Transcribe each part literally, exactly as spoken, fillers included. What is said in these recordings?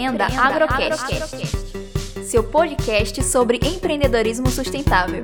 Empreenda Agrocast, seu podcast sobre empreendedorismo sustentável.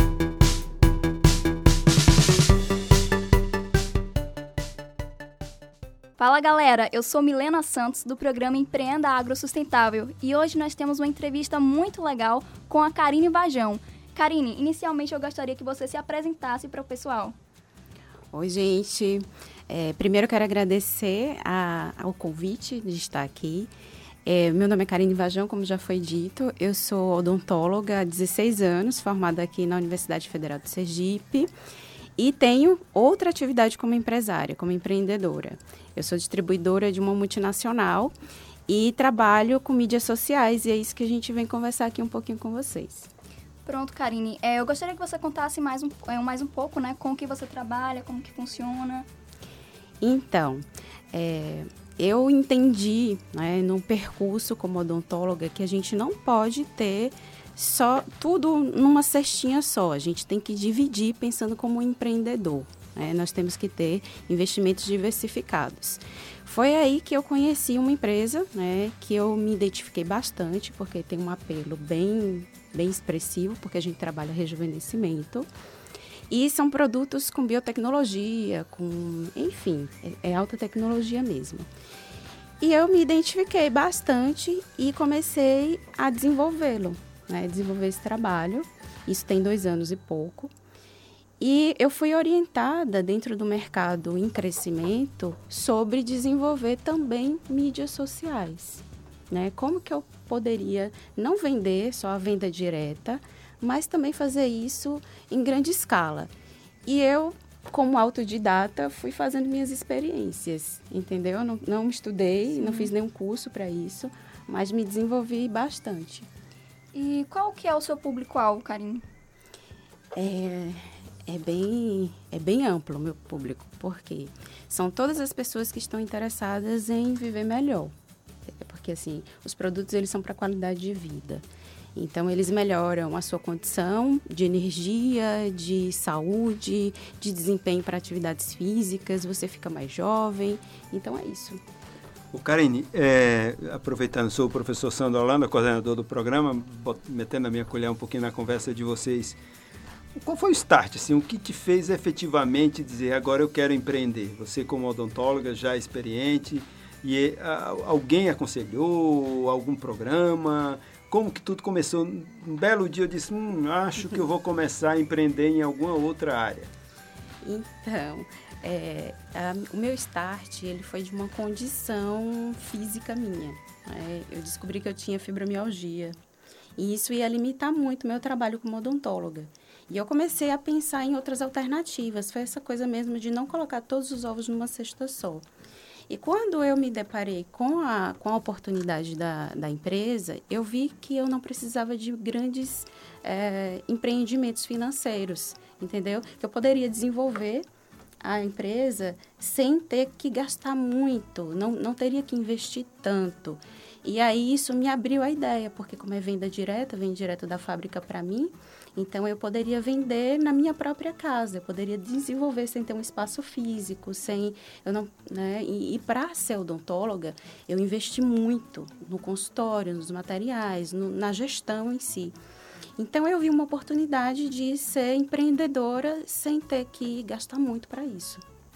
Fala galera, eu sou Milena Santos do programa Empreenda Agrosustentável e hoje nós temos uma entrevista muito legal com a Karine Vajão. Karine, inicialmente eu gostaria que você se apresentasse para o pessoal. Oi gente, é, primeiro eu quero agradecer a, ao convite de estar aqui. É, meu nome é Karine Vajão, como já foi dito, eu sou odontóloga há dezesseis anos, formada aqui na Universidade Federal de Sergipe. E tenho outra atividade como empresária, como empreendedora. Eu sou distribuidora de uma multinacional e trabalho com mídias sociais e é isso que a gente vem conversar aqui um pouquinho com vocês. Pronto, Karine. É, eu gostaria que você contasse mais um, mais um pouco, né, com o que você trabalha, como que funciona. Então, é, eu entendi, né, no percurso como odontóloga que a gente não pode ter só tudo numa cestinha só. A gente tem que dividir pensando como um empreendedor. Né? Nós temos que ter investimentos diversificados. Foi aí que eu conheci uma empresa, né, que eu me identifiquei bastante, porque tem um apelo bem, bem expressivo, porque a gente trabalha rejuvenescimento. E são produtos com biotecnologia, com, enfim, é, é alta tecnologia mesmo. E eu me identifiquei bastante e comecei a desenvolvê-lo. Né, desenvolver esse trabalho, isso tem dois anos e pouco, e eu fui orientada dentro do mercado em crescimento sobre desenvolver também mídias sociais, né, como que eu poderia não vender só a venda direta, mas também fazer isso em grande escala, e eu, como autodidata, fui fazendo minhas experiências, entendeu? Não, não estudei, Sim. não fiz nenhum curso para isso, mas me desenvolvi bastante. E qual que é o seu público-alvo, Karine? É, é, bem, é bem amplo o meu público, porque são todas as pessoas que estão interessadas em viver melhor. Porque, assim, os produtos, eles são para qualidade de vida. Então, eles melhoram a sua condição de energia, de saúde, de desempenho para atividades físicas, você fica mais jovem. Então, é isso. O Karine, é, aproveitando, sou o professor Sandro Holanda, coordenador do programa, bot, metendo a minha colher um pouquinho na conversa de vocês. Qual foi o start, assim, o que te fez efetivamente dizer, agora eu quero empreender? Você como odontóloga, já experiente, e a, alguém aconselhou, algum programa? Como que tudo começou? Um belo dia eu disse, hum, acho que eu vou começar a empreender em alguma outra área. Então... É, a, o meu start, ele foi de uma condição física minha. Né? Eu descobri que eu tinha fibromialgia e isso ia limitar muito o meu trabalho como odontóloga. E eu comecei a pensar em outras alternativas. Foi essa coisa mesmo de não colocar todos os ovos numa cesta só. E quando eu me deparei com a, com a oportunidade da, da empresa, eu vi que eu não precisava de grandes é, empreendimentos financeiros, entendeu? Que eu poderia desenvolver a empresa sem ter que gastar muito, não, não teria que investir tanto. E aí isso me abriu a ideia, porque como é venda direta, vem direto da fábrica para mim, então eu poderia vender na minha própria casa, eu poderia desenvolver sem ter um espaço físico, sem, eu não, né? E, e para ser odontóloga, eu investi muito no consultório, nos materiais, no, na gestão em si. Então, eu vi uma oportunidade de ser empreendedora sem ter que gastar muito para isso.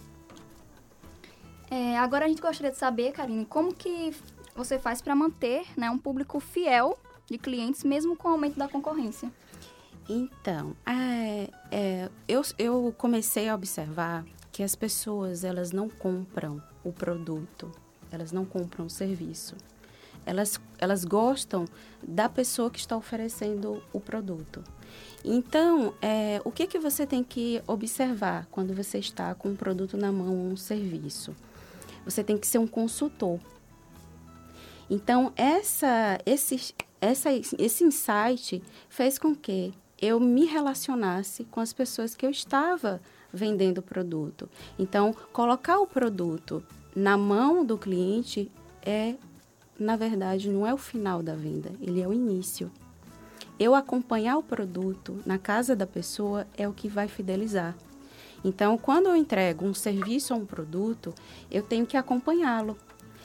É, agora, a gente gostaria de saber, Karine, como que você faz para manter, né, um público fiel de clientes, mesmo com o aumento da concorrência? Então, é, é, eu, eu comecei a observar que as pessoas, elas não compram o produto, elas não compram o serviço. Elas, elas gostam da pessoa que está oferecendo o produto. Então, é, o que, que você tem que observar quando você está com um produto na mão ou um serviço? Você tem que ser um consultor. Então, essa, esse, essa, esse insight fez com que eu me relacionasse com as pessoas que eu estava vendendo o produto. Então, colocar o produto na mão do cliente é... na verdade, não é o final da venda, ele é o início. Eu acompanhar o produto na casa da pessoa é o que vai fidelizar. Então, quando eu entrego um serviço ou um produto, eu tenho que acompanhá-lo.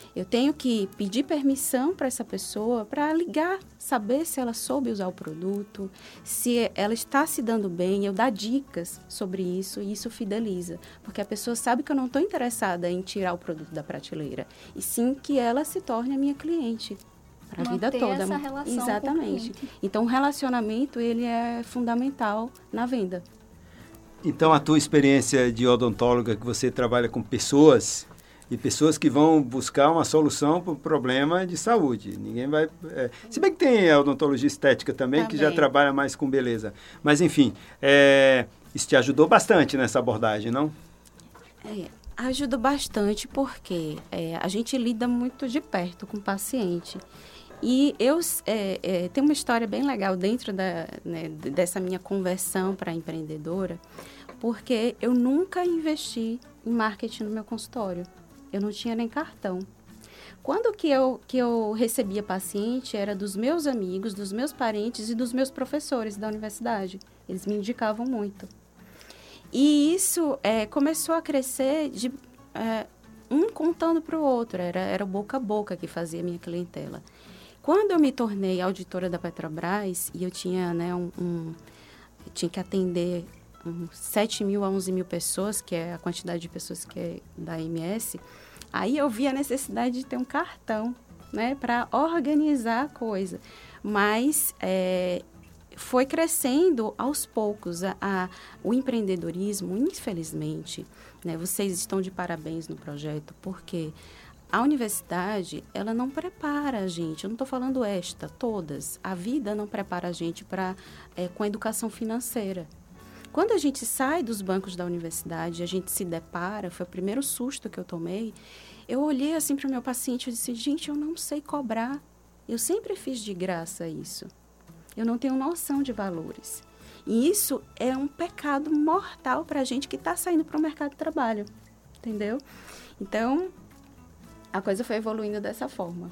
Eu tenho que pedir permissão para essa pessoa para ligar, saber se ela soube usar o produto, se ela está se dando bem, eu dar dicas sobre isso e isso fideliza. Porque a pessoa sabe que eu não estou interessada em tirar o produto da prateleira, e sim que ela se torne a minha cliente para a vida toda. Essa relação Exatamente. Então, o relacionamento, ele é fundamental na venda. Então, a tua experiência de odontóloga, que você trabalha com pessoas, e pessoas que vão buscar uma solução para o problema de saúde. Ninguém vai... É, se bem que tem a odontologia estética também, também, que já trabalha mais com beleza. Mas, enfim, é, isso te ajudou bastante nessa abordagem, não? É, ajuda bastante porque é, a gente lida muito de perto com o paciente. E eu é, é, tem uma história bem legal dentro da, né, dessa minha conversão para empreendedora, porque eu nunca investi em marketing no meu consultório. Eu não tinha nem cartão. Quando que eu, que eu recebia paciente, era dos meus amigos, dos meus parentes e dos meus professores da universidade. Eles me indicavam muito. E isso é, começou a crescer de é, um contando para o outro. Era, era boca a boca que fazia a minha clientela. Quando eu me tornei auditora da Petrobras, e eu tinha, né, um, um, eu tinha que atender um, sete mil a onze mil pessoas, que é a quantidade de pessoas que é da A M S, aí eu vi a necessidade de ter um cartão, né, para organizar a coisa. Mas é, foi crescendo aos poucos a, a, o empreendedorismo, infelizmente, né, vocês estão de parabéns no projeto, porque a universidade, ela não prepara a gente, eu não estou falando esta, todas. A vida não prepara a gente pra, é, com a educação financeira. Quando a gente sai dos bancos da universidade, a gente se depara, foi o primeiro susto que eu tomei, eu olhei assim para o meu paciente e disse, gente, eu não sei cobrar. Eu sempre fiz de graça isso. Eu não tenho noção de valores. E isso é um pecado mortal para a gente que está saindo para o mercado de trabalho, entendeu? Então, a coisa foi evoluindo dessa forma.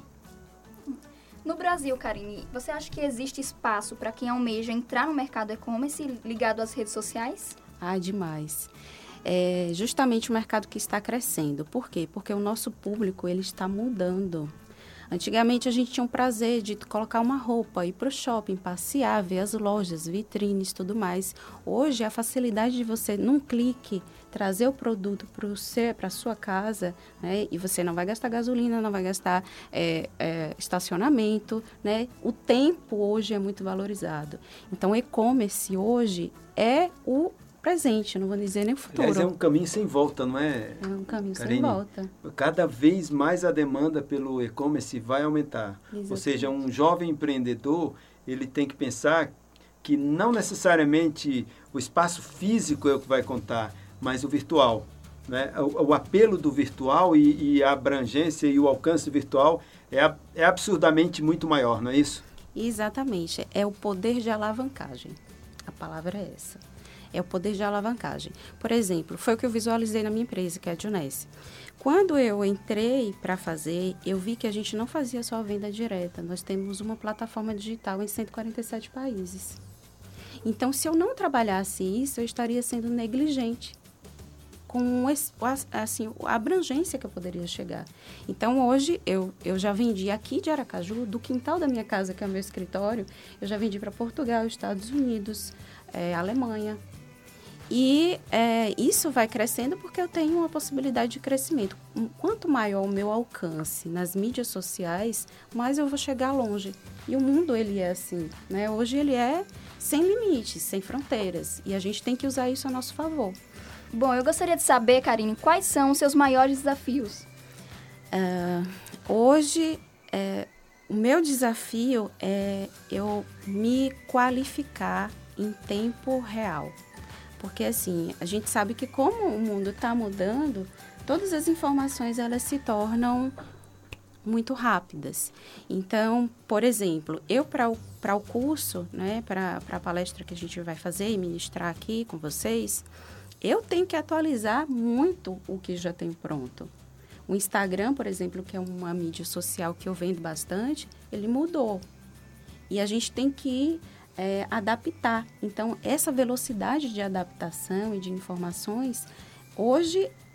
No Brasil, Karine, você acha que existe espaço para quem almeja entrar no mercado e-commerce ligado às redes sociais? Ah, demais. É justamente o mercado que está crescendo. Por quê? Porque o nosso público ele está mudando. Antigamente, a gente tinha um prazer de colocar uma roupa, ir para o shopping, passear, ver as lojas, vitrines, tudo mais. Hoje, a facilidade de você, num clique, trazer o produto para a sua casa, né? E você não vai gastar gasolina, não vai gastar é, é, estacionamento, né? O tempo hoje é muito valorizado. Então, o e-commerce hoje é o presente, não vou dizer nem o futuro. Aliás, é um caminho sem volta, não é? É um caminho Karine, sem volta. Cada vez mais a demanda pelo e-commerce vai aumentar. Exatamente. Ou seja, um jovem empreendedor, ele tem que pensar que não necessariamente o espaço físico é o que vai contar, mas o virtual. Né? O, o apelo do virtual e, e a abrangência e o alcance virtual é, é absurdamente muito maior, não é isso? Exatamente. É o poder de alavancagem. A palavra é essa. É o poder de alavancagem. Por exemplo, foi o que eu visualizei na minha empresa, que é a Junesse. Quando eu entrei para fazer, eu vi que a gente não fazia só a venda direta. Nós temos uma plataforma digital em cento e quarenta e sete países. Então, se eu não trabalhasse isso, eu estaria sendo negligente com assim, a abrangência que eu poderia chegar. Então, hoje, eu, eu já vendi aqui de Aracaju, do quintal da minha casa, que é o meu escritório, eu já vendi para Portugal, Estados Unidos, é, Alemanha. E é, isso vai crescendo porque eu tenho uma possibilidade de crescimento. Quanto maior o meu alcance nas mídias sociais, mais eu vou chegar longe. E o mundo, ele é assim, né? Hoje ele é sem limites, sem fronteiras. E a gente tem que usar isso a nosso favor. Bom, eu gostaria de saber, Karine, quais são os seus maiores desafios? Uh, hoje, é, o meu desafio é eu me qualificar em tempo real. Porque, assim, a gente sabe que como o mundo está mudando, todas as informações, elas se tornam muito rápidas. Então, por exemplo, eu para o, para o curso, né, para a palestra que a gente vai fazer e ministrar aqui com vocês, eu tenho que atualizar muito o que já tem pronto. O Instagram, por exemplo, que é uma mídia social que eu vendo bastante, ele mudou. E a gente tem que é, adaptar. Então, essa velocidade de adaptação e de informações, hoje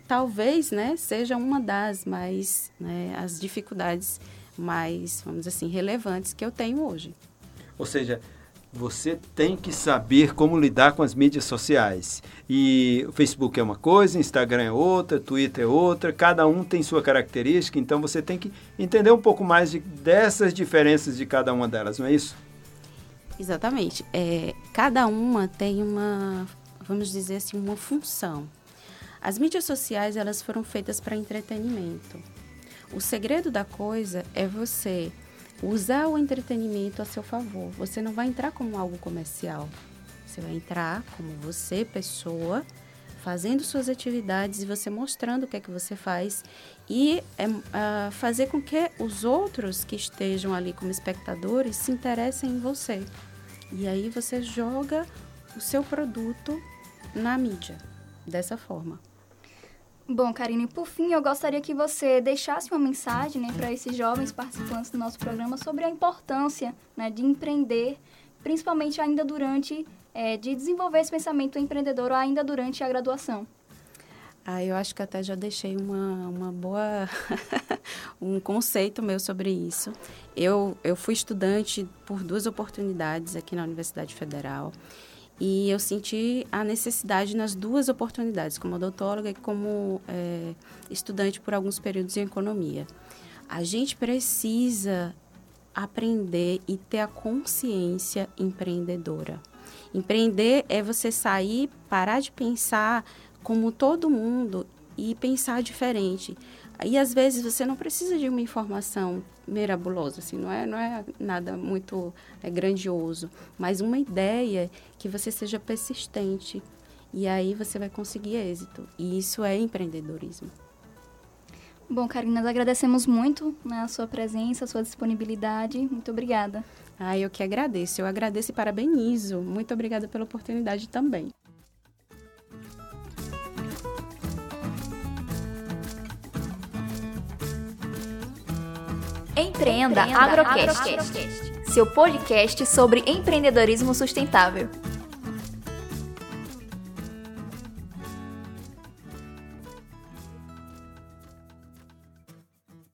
talvez, né, seja uma das mais, né, as dificuldades mais, vamos dizer assim, relevantes que eu tenho hoje. Ou seja, você tem que saber como lidar com as mídias sociais. E o Facebook é uma coisa, Instagram é outra, Twitter é outra, cada um tem sua característica, então você tem que entender um pouco mais de, dessas diferenças de cada uma delas, não é isso? Exatamente. É, cada uma tem uma, vamos dizer assim, uma função. As mídias sociais, elas foram feitas para entretenimento. O segredo da coisa é você usar o entretenimento a seu favor. Você não vai entrar como algo comercial. Você vai entrar como você, pessoa, fazendo suas atividades e você mostrando o que é que você faz e é, uh, fazer com que os outros que estejam ali como espectadores se interessem em você. E aí você joga o seu produto na mídia, dessa forma. Bom, Karine, por fim, eu gostaria que você deixasse uma mensagem, né, para esses jovens participantes do nosso programa sobre a importância, né, de empreender, principalmente ainda durante, é, de desenvolver esse pensamento empreendedor ainda durante a graduação. Ah, eu acho que até já deixei uma, uma boa, um conceito meu sobre isso. Eu, eu fui estudante por duas oportunidades aqui na Universidade Federal. E eu senti a necessidade nas duas oportunidades, como odontóloga e como é, estudante por alguns períodos em economia. A gente precisa aprender e ter a consciência empreendedora. Empreender é você sair, parar de pensar como todo mundo e pensar diferente. E às vezes você não precisa de uma informação mirabulosa, assim, não é, não é nada muito é, grandioso, mas uma ideia que você seja persistente e aí você vai conseguir êxito. E isso é empreendedorismo. Bom, Karine, nós agradecemos muito, né, a sua presença, a sua disponibilidade. Muito obrigada. Ah, eu que agradeço. Eu agradeço e parabenizo. Muito obrigada pela oportunidade também. Empreenda, Empreenda Agrocast, Agrocast, seu podcast sobre empreendedorismo sustentável.